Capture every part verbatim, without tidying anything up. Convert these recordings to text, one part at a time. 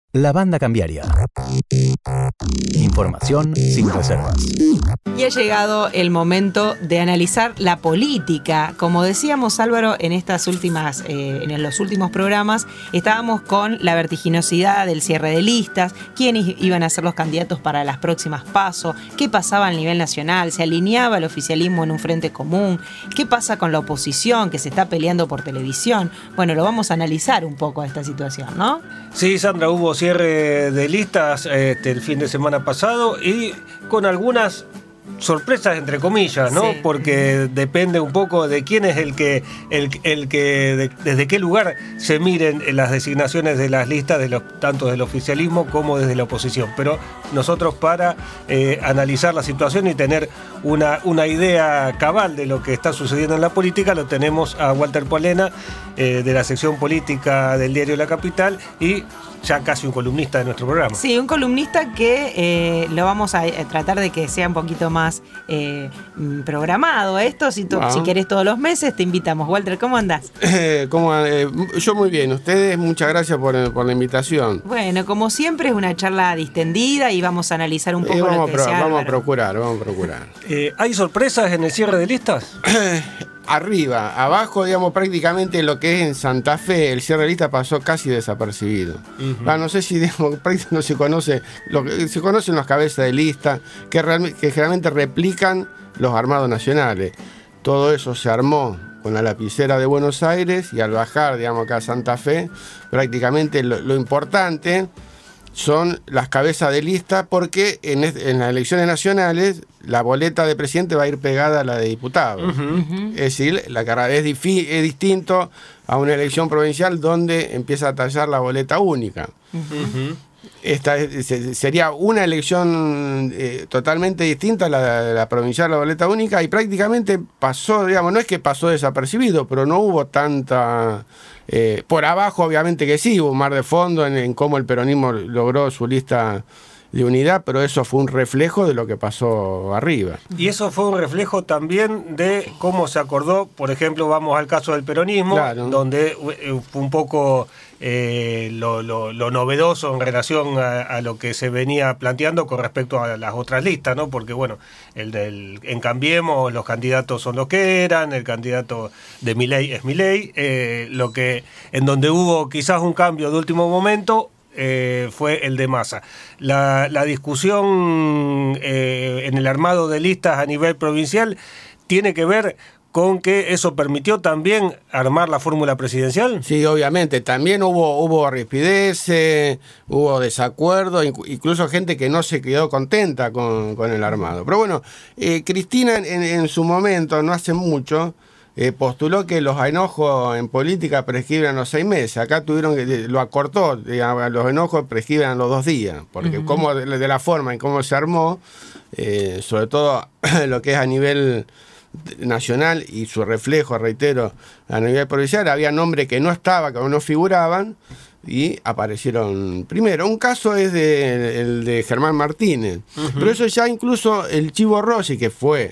La Banda Cambiaria. Información sin reservas. Y ha llegado el momento de analizar la política. Como decíamos, Álvaro, en estas últimas, eh, en los últimos programas, estábamos con la vertiginosidad del cierre de listas, quiénes iban a ser los candidatos para las próximas PASO, qué pasaba a nivel nacional, se alineaba el oficialismo en un frente común, qué pasa con la oposición que se está peleando por televisión. Bueno, lo vamos a analizar un poco a esta situación, ¿no? Sí, Sandra, hubo cierre de listas este, el fin de semana pasado y con algunas sorpresas entre comillas, ¿no? Sí. Porque depende un poco de quién es el que, el, el que de, desde qué lugar se miren las designaciones de las listas, de los, tanto del oficialismo como desde la oposición. Pero nosotros para eh, analizar la situación y tener una, una idea cabal de lo que está sucediendo en la política, lo tenemos a Walter Polena, eh, de la sección política del diario La Capital y ya casi un columnista de nuestro programa. Sí, un columnista que eh, lo vamos a, a tratar de que sea un poquito más eh, programado esto. Si, to, wow. si querés todos los meses, te invitamos. Walter, ¿cómo andás? Eh, ¿cómo, eh, yo muy bien. Ustedes, muchas gracias por, por la invitación. Bueno, como siempre, es una charla distendida y vamos a analizar un poco eh, vamos lo que pro, sea. Vamos a procurar, vamos a procurar. Eh, ¿Hay sorpresas en el cierre de listas? Arriba, abajo, digamos, prácticamente lo que es en Santa Fe, el cierre de lista pasó casi desapercibido. Uh-huh. Ah, no sé si, digamos, prácticamente no se conoce, lo que, se conocen las cabezas de lista que, real, que generalmente replican los armados nacionales. Todo eso se armó con la lapicera de Buenos Aires y al bajar, digamos, acá a Santa Fe, prácticamente lo, lo importante son las cabezas de lista porque en, en las elecciones nacionales la boleta de presidente va a ir pegada a la de diputado. Uh-huh. Es decir, la cara es, difi, es distinto a una elección provincial donde empieza a tallar la boleta única. Uh-huh. Esta es, sería una elección eh, totalmente distinta a la, la provincial, la boleta única, y prácticamente pasó, digamos, no es que pasó desapercibido, pero no hubo tanta... Eh, por abajo, obviamente que sí, hubo un mar de fondo en, en cómo el peronismo logró su lista de unidad, pero eso fue un reflejo de lo que pasó arriba. Y eso fue un reflejo también de cómo se acordó, por ejemplo, vamos al caso del peronismo, claro, donde fue un poco eh, lo, lo, lo novedoso en relación a, a lo que se venía planteando con respecto a las otras listas, ¿no? Porque, bueno, el del en Cambiemos, los candidatos son los que eran, el candidato de Milei es Milei, eh, lo que en donde hubo quizás un cambio de último momento, Eh, fue el de Massa. La, la discusión eh, en el armado de listas a nivel provincial tiene que ver con que eso permitió también armar la fórmula presidencial. Sí, obviamente. También hubo, hubo rispideces, hubo desacuerdo, incluso gente que no se quedó contenta con, con el armado. Pero bueno, eh, Cristina en, en su momento, no hace mucho, Eh, postuló que los enojos en política prescriben los seis meses. Acá tuvieron que lo acortó, digamos, los enojos prescriben los dos días, porque uh-huh. como de, de la forma en cómo se armó, eh, sobre todo lo que es a nivel nacional y su reflejo, reitero, a nivel provincial, había nombres que no estaban, que no figuraban y aparecieron primero. Un caso es de, el de Germán Martínez, uh-huh. pero eso ya incluso el Chivo Rossi, que fue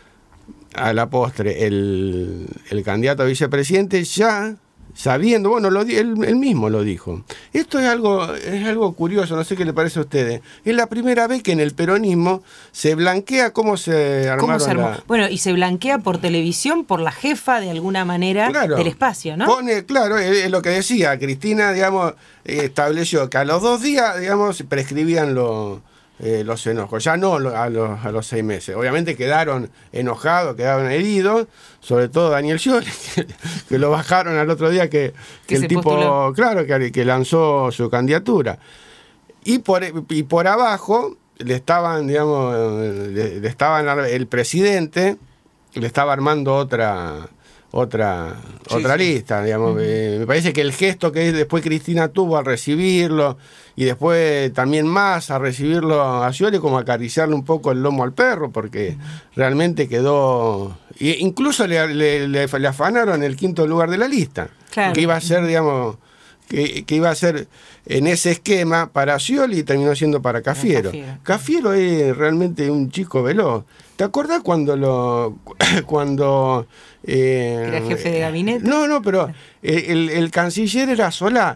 a la postre el, el candidato a vicepresidente, ya sabiendo, bueno, lo, él, él mismo lo dijo. Esto es algo, es algo curioso, no sé qué le parece a ustedes. Es la primera vez que en el peronismo se blanquea cómo se armaron. ¿Cómo se armó? La... Bueno, y se blanquea por televisión, por la jefa de alguna manera, claro, del espacio, ¿no? Pone, claro, es, es lo que decía Cristina, digamos, estableció que a los dos días, digamos, prescribían los... Eh, los enojos, ya no a los, a los seis meses. Obviamente quedaron enojados, quedaron heridos, sobre todo Daniel Scioli, que, que lo bajaron al otro día que, que el tipo, postuló. claro, que, que lanzó su candidatura. Y por, y por abajo le estaban, digamos, le, le estaban el presidente le estaba armando otra otra sí, otra sí. lista, digamos. Uh-huh. Eh, me parece que el gesto que después Cristina tuvo al recibirlo y después también más a recibirlo a Scioli, como acariciarle un poco el lomo al perro, porque uh-huh. realmente quedó... E incluso le, le, le, le afanaron el quinto lugar de la lista, claro. que iba a ser, digamos, que, que iba a ser en ese esquema para Scioli y terminó siendo para Cafiero. Cafiero. Cafiero es realmente un chico veloz. ¿Te acordás cuando lo... cuando... Eh, ¿Era jefe de gabinete? No, no, pero el, el canciller era Solá.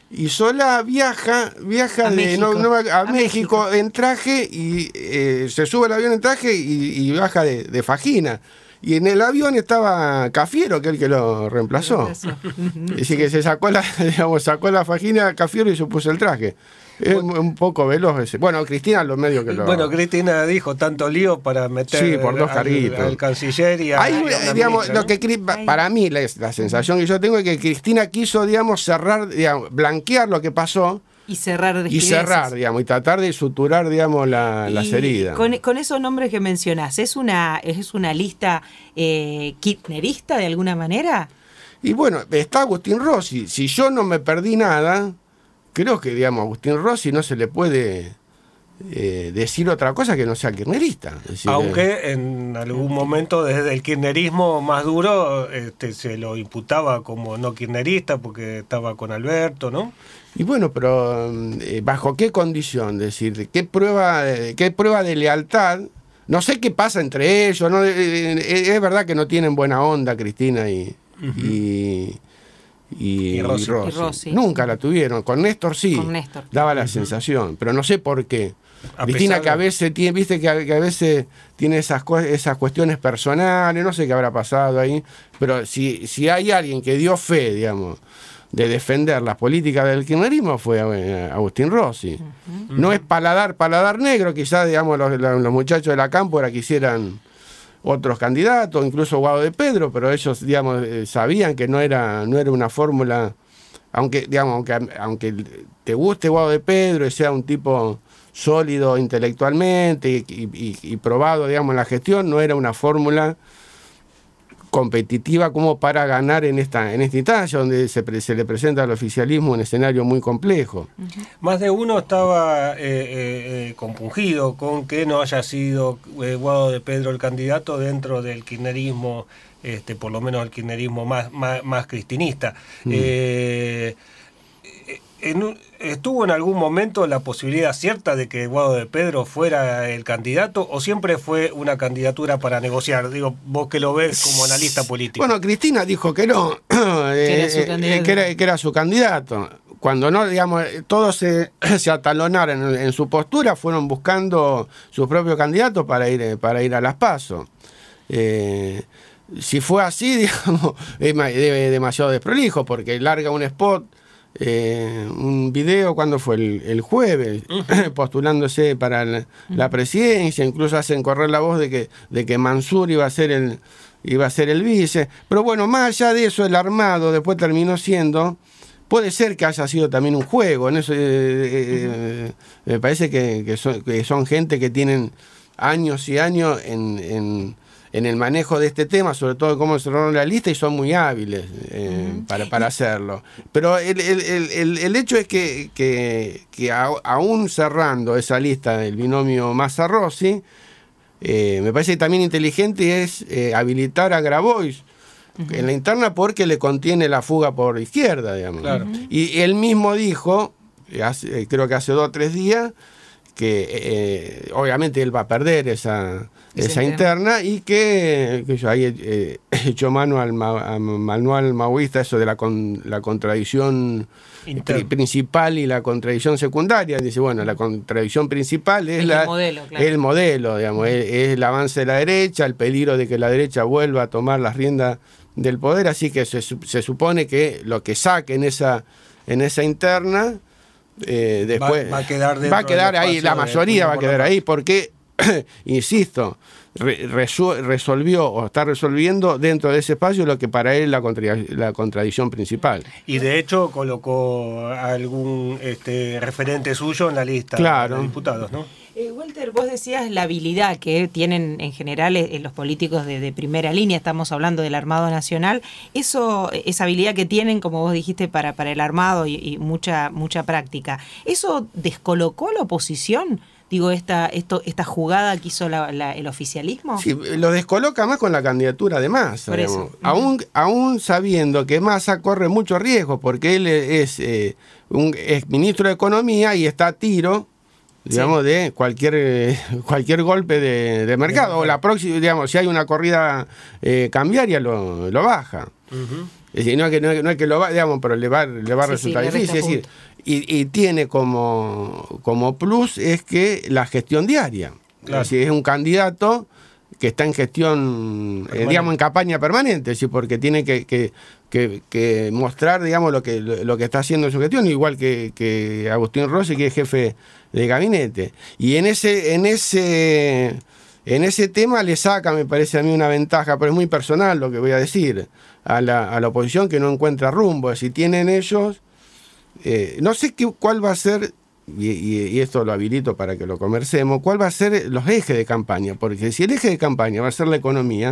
Y Solá viaja, viaja a de México, no, no, a, a México, México en traje y eh, se sube al avión en traje y, y baja de, de fajína. Y en el avión estaba Cafiero, que es el que lo reemplazó. Así que se sacó la, digamos, sacó la fajína Cafiero y se puso el traje. Es bueno, un poco veloz ese. Bueno, Cristina lo medio que lo... Bueno, Cristina dijo tanto lío para meter sí, por dos al, carritos. al canciller y a... Hay, y a digamos, ministra, lo que, para mí, la, la sensación que yo tengo es que Cristina quiso, digamos, cerrar, digamos, blanquear lo que pasó. Y cerrar y cerrar, digamos, y tratar de suturar, digamos, la, las heridas. Con, con esos nombres que mencionás, ¿es una, es una lista eh, kirchnerista de alguna manera? Y bueno, está Agustín Rossi. Si yo no me perdí nada, creo que, digamos, a Agustín Rossi no se le puede eh, decir otra cosa que no sea kirchnerista. Es decir, aunque eh, en algún momento desde el kirchnerismo más duro este, se lo imputaba como no kirchnerista porque estaba con Alberto, ¿no? Y bueno, pero eh, ¿bajo qué condición? Es decir, ¿qué prueba, eh, qué prueba de lealtad? No sé qué pasa entre ellos. ¿No? Eh, eh, es verdad que no tienen buena onda Cristina y, uh-huh. y, y, y, Rossi. y, Rossi. y Rossi. Nunca la tuvieron. Con Néstor sí, Con Néstor. daba la uh-huh. sensación, pero no sé por qué. A Cristina de... que a veces tiene, viste que a, que a veces tiene esas, esas cuestiones personales, no sé qué habrá pasado ahí, pero si, si hay alguien que dio fe, digamos, de defender las políticas del kirchnerismo fue Agustín Rossi. Uh-huh. No es paladar, paladar negro, quizás, digamos, los, los muchachos de la Cámpora quisieran otros candidatos, incluso Guado de Pedro, pero ellos, digamos, sabían que no era, no era una fórmula, aunque, digamos, aunque, aunque te guste Guado de Pedro y sea un tipo sólido intelectualmente y, y, y probado, digamos, en la gestión, no era una fórmula competitiva como para ganar en esta en esta instancia donde se, pre, se le presenta al oficialismo un escenario muy complejo. Uh-huh. Más de uno estaba eh, eh, compungido con que no haya sido eh, Guado de Pedro el candidato dentro del kirchnerismo, este, por lo menos el kirchnerismo más, más, más cristinista. Mm. Eh, En, ¿Estuvo en algún momento la posibilidad cierta de que Guado de Pedro fuera el candidato o siempre fue una candidatura para negociar? Digo, vos que lo ves como analista político. Bueno, Cristina dijo que no, que, era, su eh, que, era, que era su candidato. Cuando no, digamos, todos se, se atalonaron en, en su postura, fueron buscando sus propios candidatos para ir, para ir a las PASO. Eh, si fue así, digamos, es demasiado desprolijo porque larga un spot. Eh, un video cuando fue el, el jueves uh-huh. postulándose para la, uh-huh. la presidencia, incluso hacen correr la voz de que, de que Mansur iba a ser el iba a ser el vice, pero bueno, más allá de eso el armado después terminó siendo, puede ser que haya sido también un juego, en eso eh, eh, uh-huh. me parece que, que, son, que son gente que tienen años y años en, en en el manejo de este tema, sobre todo cómo cerraron la lista, y son muy hábiles eh, uh-huh. para, para hacerlo. Pero el, el, el, el hecho es que, que, que a, aún cerrando esa lista del binomio Massa-Rossi, eh, me parece que también inteligente es eh, habilitar a Grabois uh-huh. en la interna porque le contiene la fuga por izquierda, digamos. Claro. Uh-huh. Y él mismo dijo, hace, creo que hace dos o tres días, que eh, obviamente él va a perder esa, esa interna y que, que yo ahí eh, he hecho mano al ma, a manual maoísta, eso de la, con, la contradicción pri, principal y la contradicción secundaria. Dice, bueno, la contradicción principal es, es la, el modelo, claro. el modelo, digamos, es, es el avance de la derecha, el peligro de que la derecha vuelva a tomar las riendas del poder, así que se, se supone que lo que saque en esa, en esa interna Eh, después va, va a quedar, va a quedar ahí, la mayoría va a quedar ahí porque, insisto, re, resu, resolvió o está resolviendo dentro de ese espacio lo que para él es la, contra, la contradicción principal. Y de hecho colocó algún este, referente suyo en la lista claro. de diputados, ¿no? Eh, Walter, vos decías la habilidad que tienen en general eh, los políticos de, de primera línea, estamos hablando del Armado Nacional, eso, esa habilidad que tienen, como vos dijiste, para, para el armado y, y mucha, mucha práctica, ¿eso descolocó a la oposición? Digo, esta, esto, esta jugada que hizo la, la, el oficialismo. Sí, lo descoloca más con la candidatura de Massa. Por eso. Uh-huh. aún, aún sabiendo que Massa corre mucho riesgo, porque él es, eh, un, es ministro de Economía y está a tiro, digamos, sí. de cualquier eh, cualquier golpe de, de mercado. O la próxima, digamos, si hay una corrida eh, cambiaria, lo, lo baja. Uh-huh. Es decir, no es que, no es, no es que lo va, digamos, pero le va, le va a sí, resultar sí, difícil. Es decir, y, y tiene como, como plus es que la gestión diaria. Claro. Es decir, es un candidato que está en gestión, eh, digamos, en campaña permanente, ¿sí? Porque tiene que, que, que, que mostrar, digamos, lo que, lo que está haciendo en su gestión, igual que, que Agustín Rossi, que es jefe de gabinete. Y en ese, en ese, en ese tema le saca, me parece a mí, una ventaja, pero es muy personal lo que voy a decir, a la, a la oposición, que no encuentra rumbo. Si tienen ellos, eh, no sé qué, cuál va a ser. Y, y, y esto lo habilito para que lo conversemos, ¿cuál va a ser los ejes de campaña? Porque si el eje de campaña va a ser la economía,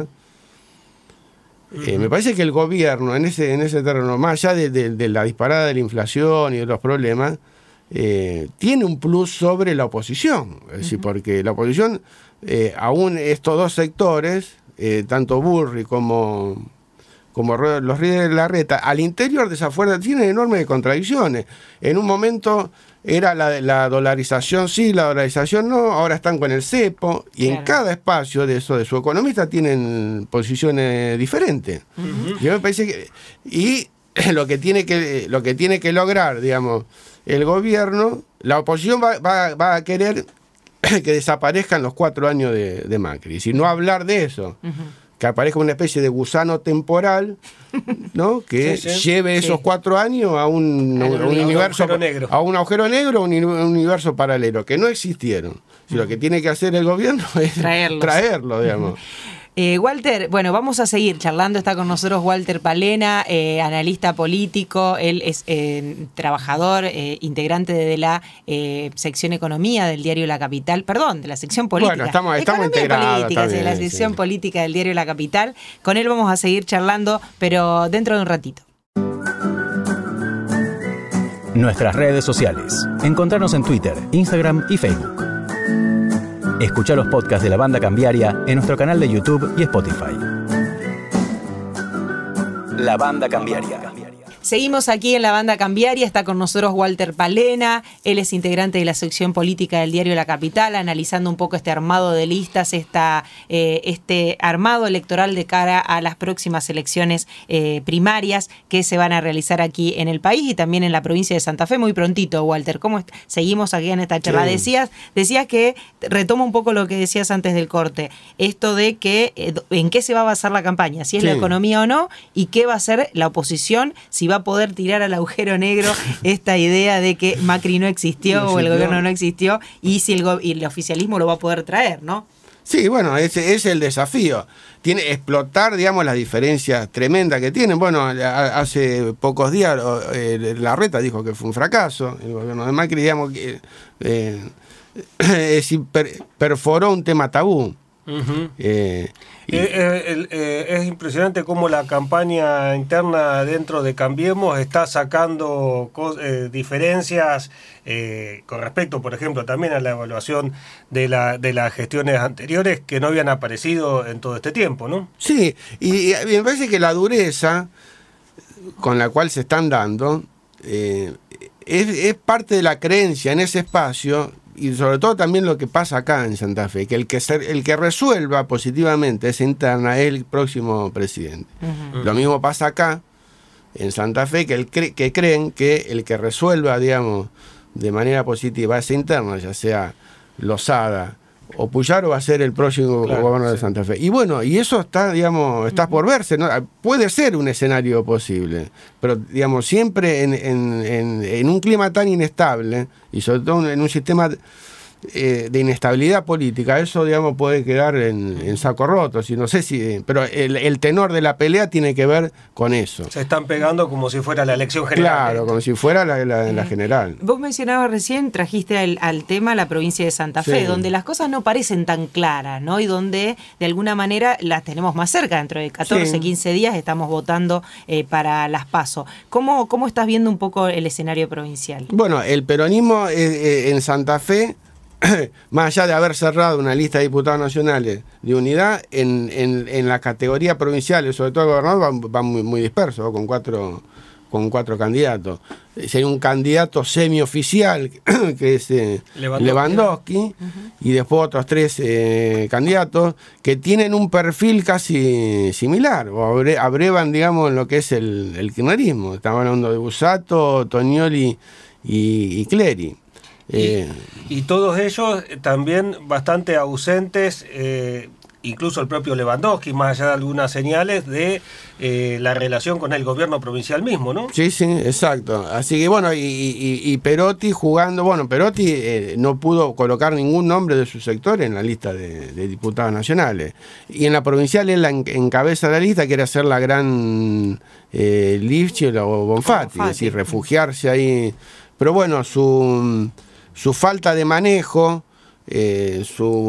uh-huh. eh, me parece que el gobierno en ese, en ese terreno, más allá de, de, de la disparada de la inflación y de los problemas, eh, tiene un plus sobre la oposición. Es decir, uh-huh. porque la oposición, eh, aún estos dos sectores, eh, tanto Burri como... como los líderes de Larreta, al interior de esa fuerza tienen enormes contradicciones. En un momento era la, la dolarización sí, la dolarización no, ahora están con el cepo, y claro. en cada espacio de eso, de su economista, tienen posiciones diferentes. Uh-huh. Yo me parece que, y lo que tiene que, lo que tiene que lograr, digamos, el gobierno, la oposición va, va, va a querer que desaparezcan los cuatro años de, de Macri, si no hablar de eso. Uh-huh. Que aparezca una especie de gusano temporal, ¿no? Que sí, sí. lleve esos sí. cuatro años a un, a un, un universo agujero negro. a un agujero negro, un, un universo paralelo, que no existieron. Si lo que tiene que hacer el gobierno es Traerlos. traerlo, digamos. Eh, Walter, bueno, vamos a seguir charlando. Está con nosotros Walter Palena, eh, analista político. Él es eh, trabajador, eh, integrante de la eh, sección Economía del diario La Capital. Perdón, de la sección política. Bueno, estamos, estamos integrados política, también, sí, la sección sí. política del diario La Capital. Con él vamos a seguir charlando, pero dentro de un ratito. Nuestras redes sociales. Encontrarnos en Twitter, Instagram y Facebook. Escuchá los podcasts de La Banda Cambiaria en nuestro canal de YouTube y Spotify. La Banda Cambiaria. Seguimos aquí en La Banda Cambiaria, está con nosotros Walter Palena, él es integrante de la sección política del diario La Capital, analizando un poco este armado de listas, esta, eh, este armado electoral de cara a las próximas elecciones eh, primarias que se van a realizar aquí en el país y también en la provincia de Santa Fe muy prontito. Walter, ¿cómo est- seguimos aquí en esta charla? Sí. Decías, decías que, retomo un poco lo que decías antes del corte, esto de que eh, en qué se va a basar la campaña, si es sí. la economía o no, y qué va a hacer la oposición, si va a poder tirar al agujero negro esta idea de que Macri no existió, no existió. o el gobierno no existió y si el, go- y el oficialismo lo va a poder traer, ¿no? Sí, bueno, ese es el desafío. Tiene explotar, digamos, las diferencias tremendas que tienen. Bueno, a, hace pocos días eh, Larreta dijo que fue un fracaso, el gobierno de Macri, digamos, que eh, eh, per, perforó un tema tabú. Uh-huh. eh, y... eh, eh, eh, es impresionante cómo la campaña interna dentro de Cambiemos está sacando cos- eh, diferencias eh, con respecto, por ejemplo, también a la evaluación de, la, de las gestiones anteriores que no habían aparecido en todo este tiempo, ¿no? Sí, y, y me parece que la dureza con la cual se están dando eh, es, es parte de la creencia en ese espacio. Y sobre todo también lo que pasa acá en Santa Fe, que el que, ser, el que resuelva positivamente esa interna es el próximo presidente. Uh-huh. Lo mismo pasa acá, en Santa Fe, que, el cre- que creen que el que resuelva, digamos, de manera positiva esa interna, ya sea Lozada o Puyaro, va a ser el próximo claro, gobernador sí. de Santa Fe. Y bueno, y eso está, digamos, está uh-huh. por verse, ¿no? Puede ser un escenario posible, pero, digamos, siempre en, en, en, en un clima tan inestable, y sobre todo en un sistema eh, de inestabilidad política, eso, digamos, puede quedar en, en saco roto. Si no sé si, pero el, el tenor de la pelea tiene que ver con eso. Se están pegando como si fuera la elección general. Claro, como si fuera la, la, la general. Vos mencionabas recién, trajiste al, al tema la provincia de Santa Fe, sí. donde las cosas no parecen tan claras, ¿no? Y donde de alguna manera las tenemos más cerca. Dentro de catorce, sí. quince días estamos votando eh, para las PASO. ¿Cómo, ¿Cómo estás viendo un poco el escenario provincial? Bueno, el peronismo eh, eh, en Santa Fe, más allá de haber cerrado una lista de diputados nacionales de unidad, en, en, en la categoría provincial, sobre todo el gobernador, va, va muy, muy disperso, con cuatro, con cuatro candidatos. Sería un candidato semioficial, que es eh, Lewandowski, Lewandowski uh-huh. y después otros tres eh, candidatos que tienen un perfil casi similar, o abre, abrevan, digamos, en lo que es el, el kirchnerismo. Estamos hablando de Busato, Tognoli y, y Clery. Eh, y, y todos ellos también bastante ausentes, eh, incluso el propio Lewandowski, más allá de algunas señales de eh, la relación con el gobierno provincial mismo, ¿no? Sí, sí, exacto. Así que bueno, y, y, y Perotti jugando, bueno, Perotti eh, no pudo colocar ningún nombre de su sector en la lista de, de diputados nacionales. Y en la provincial él la en, encabeza la lista, quiere hacer la gran eh, Lifchil o Bonfatti, es decir, refugiarse ahí. Pero bueno, su, su falta de manejo, eh,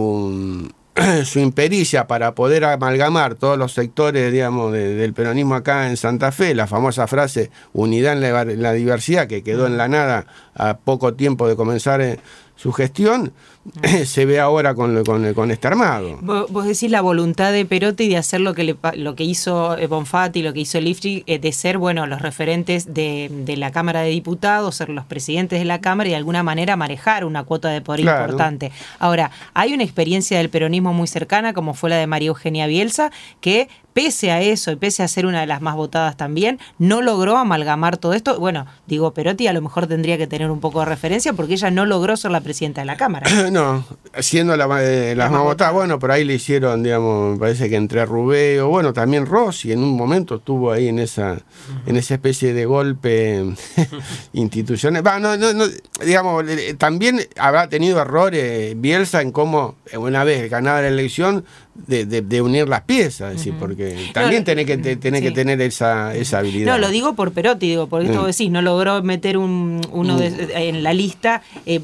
su... su impericia para poder amalgamar todos los sectores, digamos, de, del peronismo acá en Santa Fe, la famosa frase unidad en la, en la diversidad, que quedó en la nada a poco tiempo de comenzar eh, su gestión, eh, se ve ahora con, con, con este armado. Vos, vos decís la voluntad de Perotti de hacer lo que le, lo que hizo Bonfatti, lo que hizo Lifchil, eh, de ser, bueno, los referentes de, de la Cámara de Diputados, ser los presidentes de la Cámara y de alguna manera manejar una cuota de poder claro. importante. Ahora, hay una experiencia del peronismo muy cercana, como fue la de María Eugenia Bielsa, que pese a eso y pese a ser una de las más votadas también, no logró amalgamar todo esto. Bueno, digo, Perotti a lo mejor tendría que tener un poco de referencia porque ella no logró ser la presidenta de la Cámara. No, siendo la, eh, las más votadas, bueno, por ahí le hicieron, digamos, me parece que entre Rubeo, bueno, también Rossi en un momento estuvo ahí en esa, uh-huh. en esa especie de golpe institucional. Va, no, no, no, digamos, también habrá tenido errores Bielsa en cómo, una vez ganada la elección, De, de, de unir las piezas, es decir, uh-huh. porque también no, tenés que te, tenés sí. que tener esa, esa habilidad. No, lo digo por Perotti, digo, porque esto uh-huh. decís, no logró meter un uno uh-huh. de, en la lista, eh,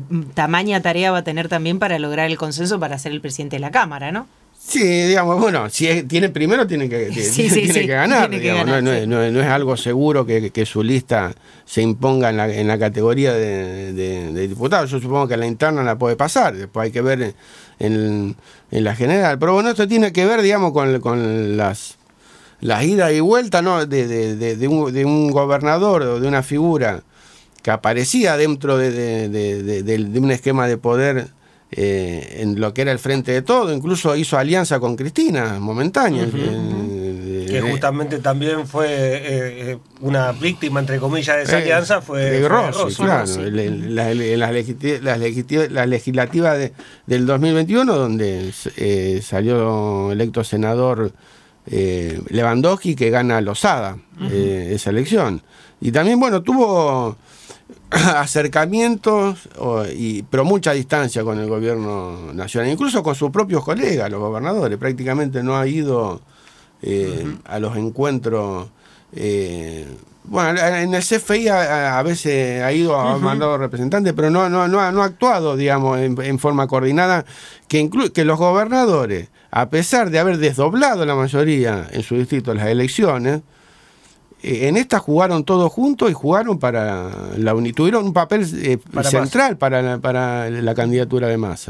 tamaña tarea va a tener también para lograr el consenso para ser el presidente de la Cámara, ¿no? Sí, digamos, bueno, si es, tiene primero tiene que, sí, tiene, sí, tiene sí. que ganar, tiene digamos, que ganar no, sí. no, no, no es algo seguro que, que su lista se imponga en la, en la categoría de, de, de diputados. Yo supongo que en la interna la puede pasar, después hay que ver en, en la general. Pero bueno, esto tiene que ver, digamos, con, con las, las idas y vueltas, ¿no? de, de, de, de, un, de un gobernador o de una figura que aparecía dentro de, de, de, de, de, de un esquema de poder. Eh, en lo que era el Frente de Todo, incluso hizo alianza con Cristina, momentánea. Uh-huh. eh, que justamente también fue eh, una víctima, entre comillas, de esa eh, alianza, fue, de fue Rossi, Rossi. claro. Sí. Las la, la, la, la legislativas de, del dos mil veintiuno, donde eh, salió electo senador eh, Lewandowski, que gana Lozada uh-huh. eh, esa elección. Y también, bueno, tuvo acercamientos, o, y, pero mucha distancia con el gobierno nacional, incluso con sus propios colegas, los gobernadores. Prácticamente no ha ido eh, uh-huh. a los encuentros. Eh, bueno, en el C F I a, a veces ha ido, ha uh-huh. mandado representantes, pero no, no, no, ha, no ha actuado, digamos, en, en forma coordinada, que, inclu- que los gobernadores, a pesar de haber desdoblado la mayoría en su distrito las elecciones, en esta jugaron todos juntos y jugaron para la uni- tuvieron un papel eh, para central para la, para la candidatura de Massa.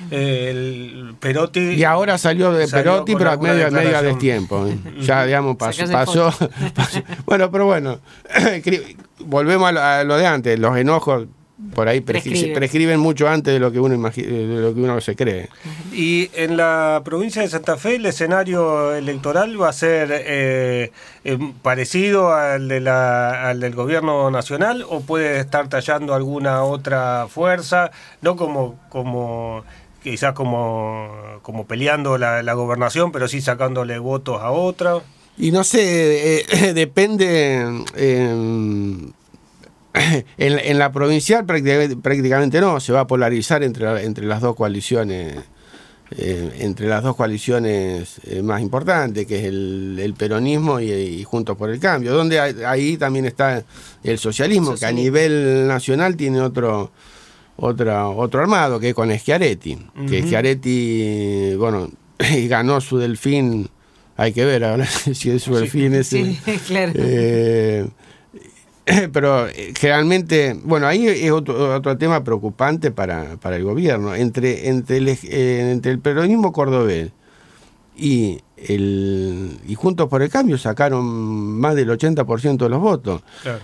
El Perotti y ahora salió de salió Perotti, pero a medio, medio a destiempo. ¿eh? Ya, digamos, pasó. pasó, pasó. Bueno, pero bueno, volvemos a lo, a lo de antes, los enojos. Por ahí prescriben. prescriben mucho antes de lo que uno imagina, de lo que uno se cree. Y en la provincia de Santa Fe el escenario electoral va a ser eh, eh, parecido al de la, al del gobierno nacional, o puede estar tallando alguna otra fuerza, no como como quizás como como peleando la, la gobernación, pero sí sacándole votos a otra. Y no sé, eh, depende. Eh, En, en la provincial prácticamente, prácticamente no, se va a polarizar entre, entre las dos coaliciones, eh, entre las dos coaliciones eh, más importantes, que es el, el peronismo y, y Juntos por el Cambio, donde hay, ahí también está el socialismo, el socialismo, que a nivel nacional tiene otro, otra, otro armado, que es con Schiaretti, uh-huh. que Schiaretti, bueno, ganó su delfín, hay que ver ahora si es su delfín ese. Sí, claro. Eh, Pero generalmente, bueno, ahí es otro, otro tema preocupante para, para el gobierno. Entre, entre, el, eh, entre el peronismo cordobés y, el, y Juntos por el Cambio sacaron más del ochenta por ciento de los votos. Claro.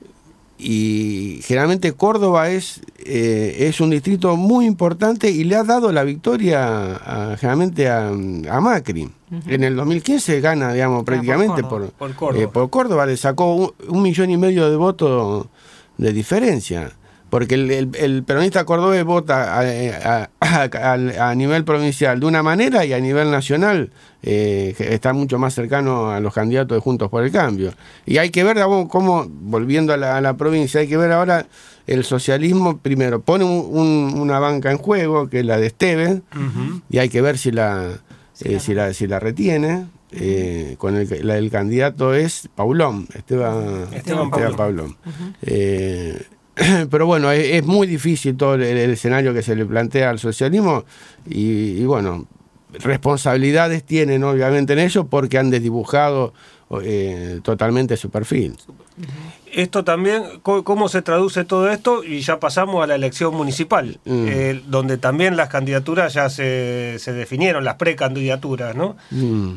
Y generalmente Córdoba es, eh, es un distrito muy importante y le ha dado la victoria a, generalmente a, a Macri. Uh-huh. En el dos mil quince gana, digamos, prácticamente por Córdoba. Por, por, Córdoba. Eh, por Córdoba le sacó un, un millón y medio de votos de diferencia. Porque el, el, el peronista cordobés vota a, a, a, a nivel provincial de una manera y a nivel nacional eh, está mucho más cercano a los candidatos de Juntos por el Cambio. Y hay que ver cómo, volviendo a la, a la provincia, hay que ver ahora el socialismo, primero pone un, un, una banca en juego, que es la de Esteves, uh-huh. y hay que ver si la, sí, eh, si la, si la retiene. Eh, con el, la, el candidato es Paulón, Esteban, Esteban, Esteban Paulón. Uh-huh. eh, Pero bueno, es, es muy difícil todo el, el escenario que se le plantea al socialismo y, y bueno, responsabilidades tienen obviamente en ello porque han desdibujado eh, totalmente su perfil. Esto también, ¿cómo se traduce todo esto? Y ya pasamos a la elección municipal, mm. eh, donde también las candidaturas ya se, se definieron, las precandidaturas, ¿no? Mm.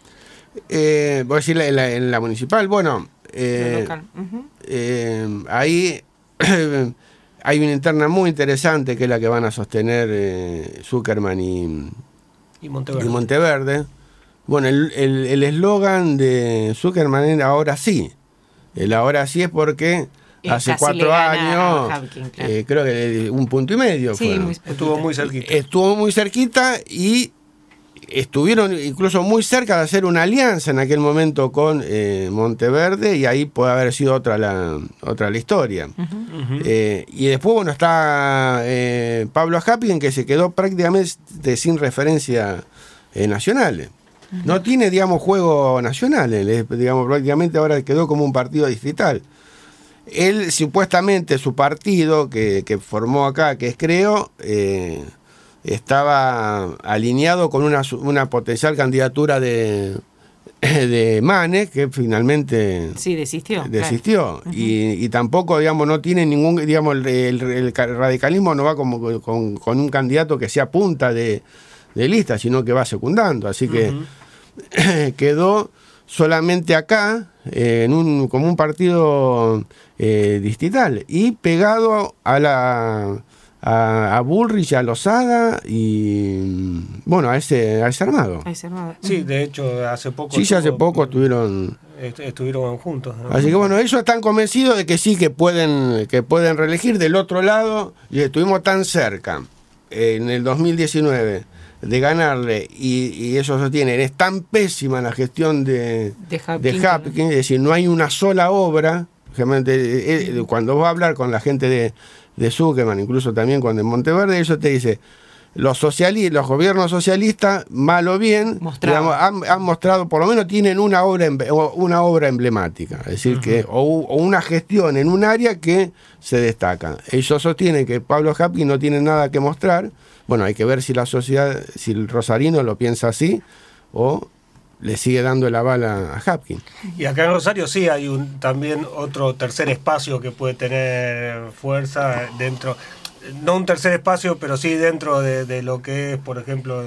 Eh, ¿Voy a decir en la, en la municipal? Bueno, eh, uh-huh. eh, ahí... hay una interna muy interesante que es la que van a sostener eh, Zuckerman y, y, Monteverde. y Monteverde. Bueno, el eslogan de Zuckerman era ahora sí. El ahora sí es porque y hace cuatro años, Hapkin, claro. eh, creo que un punto y medio sí, muy estuvo muy cerquita. Estuvo muy cerquita y estuvieron incluso muy cerca de hacer una alianza en aquel momento con eh, Monteverde y ahí puede haber sido otra la otra la historia. Uh-huh. Uh-huh. Eh, y después bueno está eh, Pablo Hapkin, que se quedó prácticamente sin referencia eh, nacionales. Uh-huh. No tiene, digamos, juego nacional, digamos, prácticamente ahora quedó como un partido distrital. Él supuestamente, su partido que, que formó acá, que es Creo, eh, estaba alineado con una, una potencial candidatura de, de Manes, que finalmente sí, desistió. desistió. Claro. y, y tampoco, digamos, no tiene ningún, digamos, el, el, el radicalismo no va como con, con un candidato que sea punta de, de lista, sino que va secundando. Así que uh-huh. quedó solamente acá, eh, en un, como un partido eh, distrital, y pegado a la... A, a Bullrich, a Lozada y bueno, a ese, a ese armado. A ese armado. Sí, de hecho, hace poco. Sí, ya hace poco estuvieron. Estuvieron juntos, ¿no? Así que bueno, ellos están convencidos de que sí, que pueden, que pueden reelegir. Del otro lado, y estuvimos tan cerca en el dos mil diecinueve de ganarle, y, y eso sostienen, es tan pésima la gestión de, de Hapkin, de Hapkin, es decir, no hay una sola obra. Realmente, eh, cuando vas a hablar con la gente de de Zuckerman, incluso también cuando en Monteverde, ellos te dicen, los socialistas, los gobiernos socialistas, mal o bien, digamos, han, han mostrado, por lo menos tienen una obra una obra emblemática, es decir, uh-huh. que o, o una gestión en un área que se destaca. Ellos sostienen que Pablo Hapkin no tiene nada que mostrar. Bueno, hay que ver si la sociedad, si el rosarino lo piensa así o le sigue dando el aval a, a Hapkin. Y acá en Rosario sí hay un también otro tercer espacio que puede tener fuerza dentro, no un tercer espacio, pero sí dentro de, de lo que es, por ejemplo,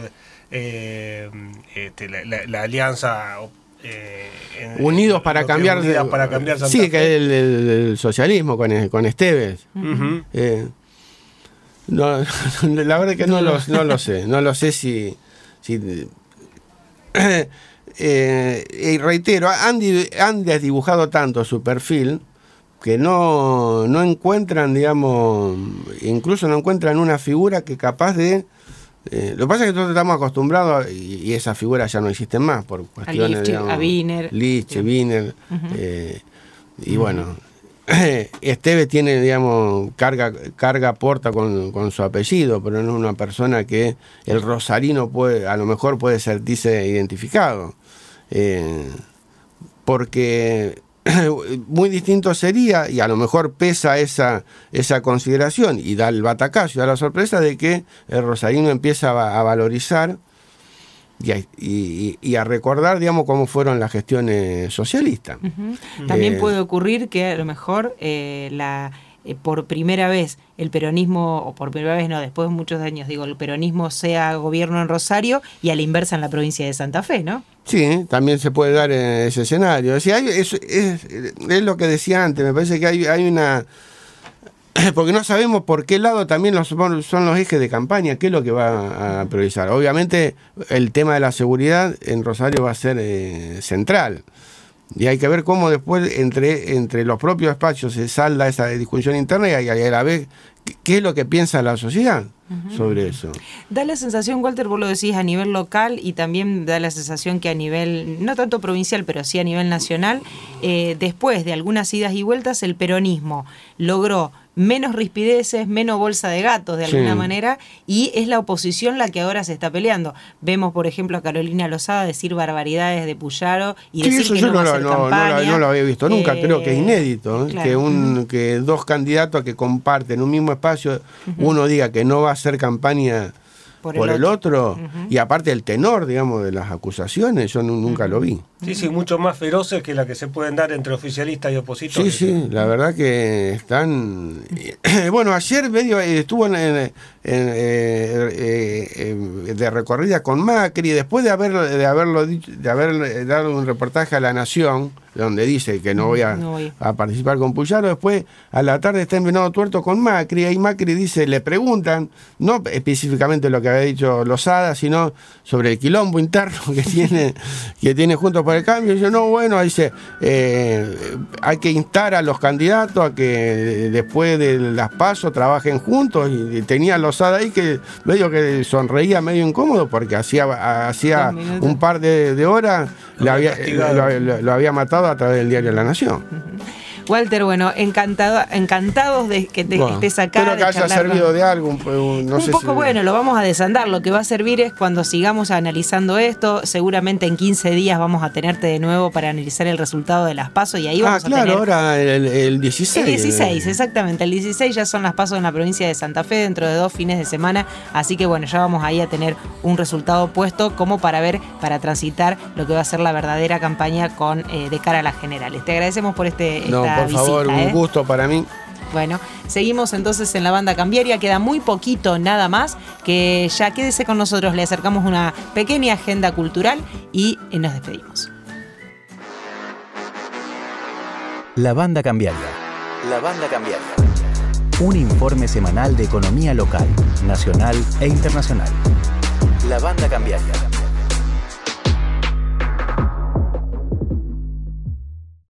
eh, este, la, la, la alianza eh, en, Unidos para cambiar, Unidas para cambiar Santa sí, Fe. Que es el, el, el socialismo con, con Esteves. Uh-huh. Eh, no, la verdad es que no lo, no lo sé, no lo sé si... si Eh, y reitero, han, han desdibujado tanto su perfil que no, no encuentran, digamos, incluso no encuentran una figura que capaz de... Eh, lo que pasa es que nosotros estamos acostumbrados, y, y esas figuras ya no existen más por cuestiones, a Lich, digamos, a Wiener. Lich, Wiener, uh-huh. eh, y uh-huh. bueno, Esteves tiene, digamos, carga, carga aporta con, con su apellido, pero no es una persona que el rosarino puede, a lo mejor puede sentirse identificado. Eh, porque muy distinto sería, y a lo mejor pesa esa, esa consideración y da el batacazo y da la sorpresa de que el rosarino empieza a, a valorizar y a, y, y a recordar, digamos, cómo fueron las gestiones socialistas. Uh-huh. También eh, puede ocurrir que a lo mejor eh, la eh, por primera vez el peronismo, o por primera vez no, después de muchos años, digo, el peronismo sea gobierno en Rosario y a la inversa en la provincia de Santa Fe, ¿no? Sí, también se puede dar en ese escenario. O sea, hay, es, es, es lo que decía antes, me parece que hay, hay una... Porque no sabemos por qué lado también los, son los ejes de campaña, qué es lo que va a priorizar. Obviamente el tema de la seguridad en Rosario va a ser eh, central. Y hay que ver cómo después entre, entre los propios espacios se salda esa discusión interna y a la vez qué es lo que piensa la sociedad uh-huh. sobre eso. Da la sensación, Walter, vos lo decís a nivel local y también da la sensación que a nivel, no tanto provincial, pero sí a nivel nacional, eh, después de algunas idas y vueltas, el peronismo logró menos rispideces, menos bolsa de gatos de alguna sí. manera, y es la oposición la que ahora se está peleando. Vemos, por ejemplo, a Carolina Lozada decir barbaridades de Puyaro y sí, decir eso que yo no, no, va a lo, hacer no, campaña. No, no, no lo había visto nunca, eh, creo que es inédito, ¿eh? Claro. que, un, uh-huh. que dos candidatos que comparten un mismo espacio, uh-huh. uno diga que no va a hacer campaña por, por el otro, otro uh-huh. y aparte el tenor, digamos, de las acusaciones, yo no, nunca uh-huh. lo vi. Sí, sí, mucho más feroces que la que se pueden dar entre oficialistas y opositores. Sí, sí, la verdad que están... Bueno, ayer medio estuvo en, en, en, eh, eh, de recorrida con Macri, después de haber de haberlo dicho, de haber dado un reportaje a La Nación, donde dice que no voy a, no voy. a participar con Puyaro, después a la tarde está en Venado Tuerto con Macri, y Macri dice, le preguntan, no específicamente lo que había dicho Lozada, sino sobre el quilombo interno que tiene, que tiene Juntos por el Cambio. Y dice, no, bueno, dice, eh, hay que instar a los candidatos a que después de las PASO trabajen juntos, y, y tenía Lozada ahí que medio que sonreía medio incómodo porque hacía, hacía un par de, de horas le había, lo, lo, lo había matado a través del diario La Nación. Walter, bueno, encantado, encantados de que te, bueno, estés acá. Espero que haya servido con... de algo. Un, no un sé poco si... bueno, lo vamos a desandar. Lo que va a servir es cuando sigamos analizando esto. Seguramente en quince días vamos a tenerte de nuevo para analizar el resultado de las PASO y ahí vamos ah, claro, a tener... ahora el, el dieciséis. El dieciséis, exactamente. El dieciséis ya son las PASO en la provincia de Santa Fe dentro de dos fines de semana. Así que bueno, ya vamos ahí a tener un resultado puesto como para ver, para transitar lo que va a ser la verdadera campaña con eh, de cara a las generales. Te agradecemos por este esta no, por visita, favor, ¿eh? un gusto para mí. Bueno, seguimos entonces en la banda cambiaria, queda muy poquito nada más, que ya quédese con nosotros, le acercamos una pequeña agenda cultural y nos despedimos. La banda cambiaria. La banda cambiaria. Un informe semanal de economía local, nacional e internacional. La banda cambiaria.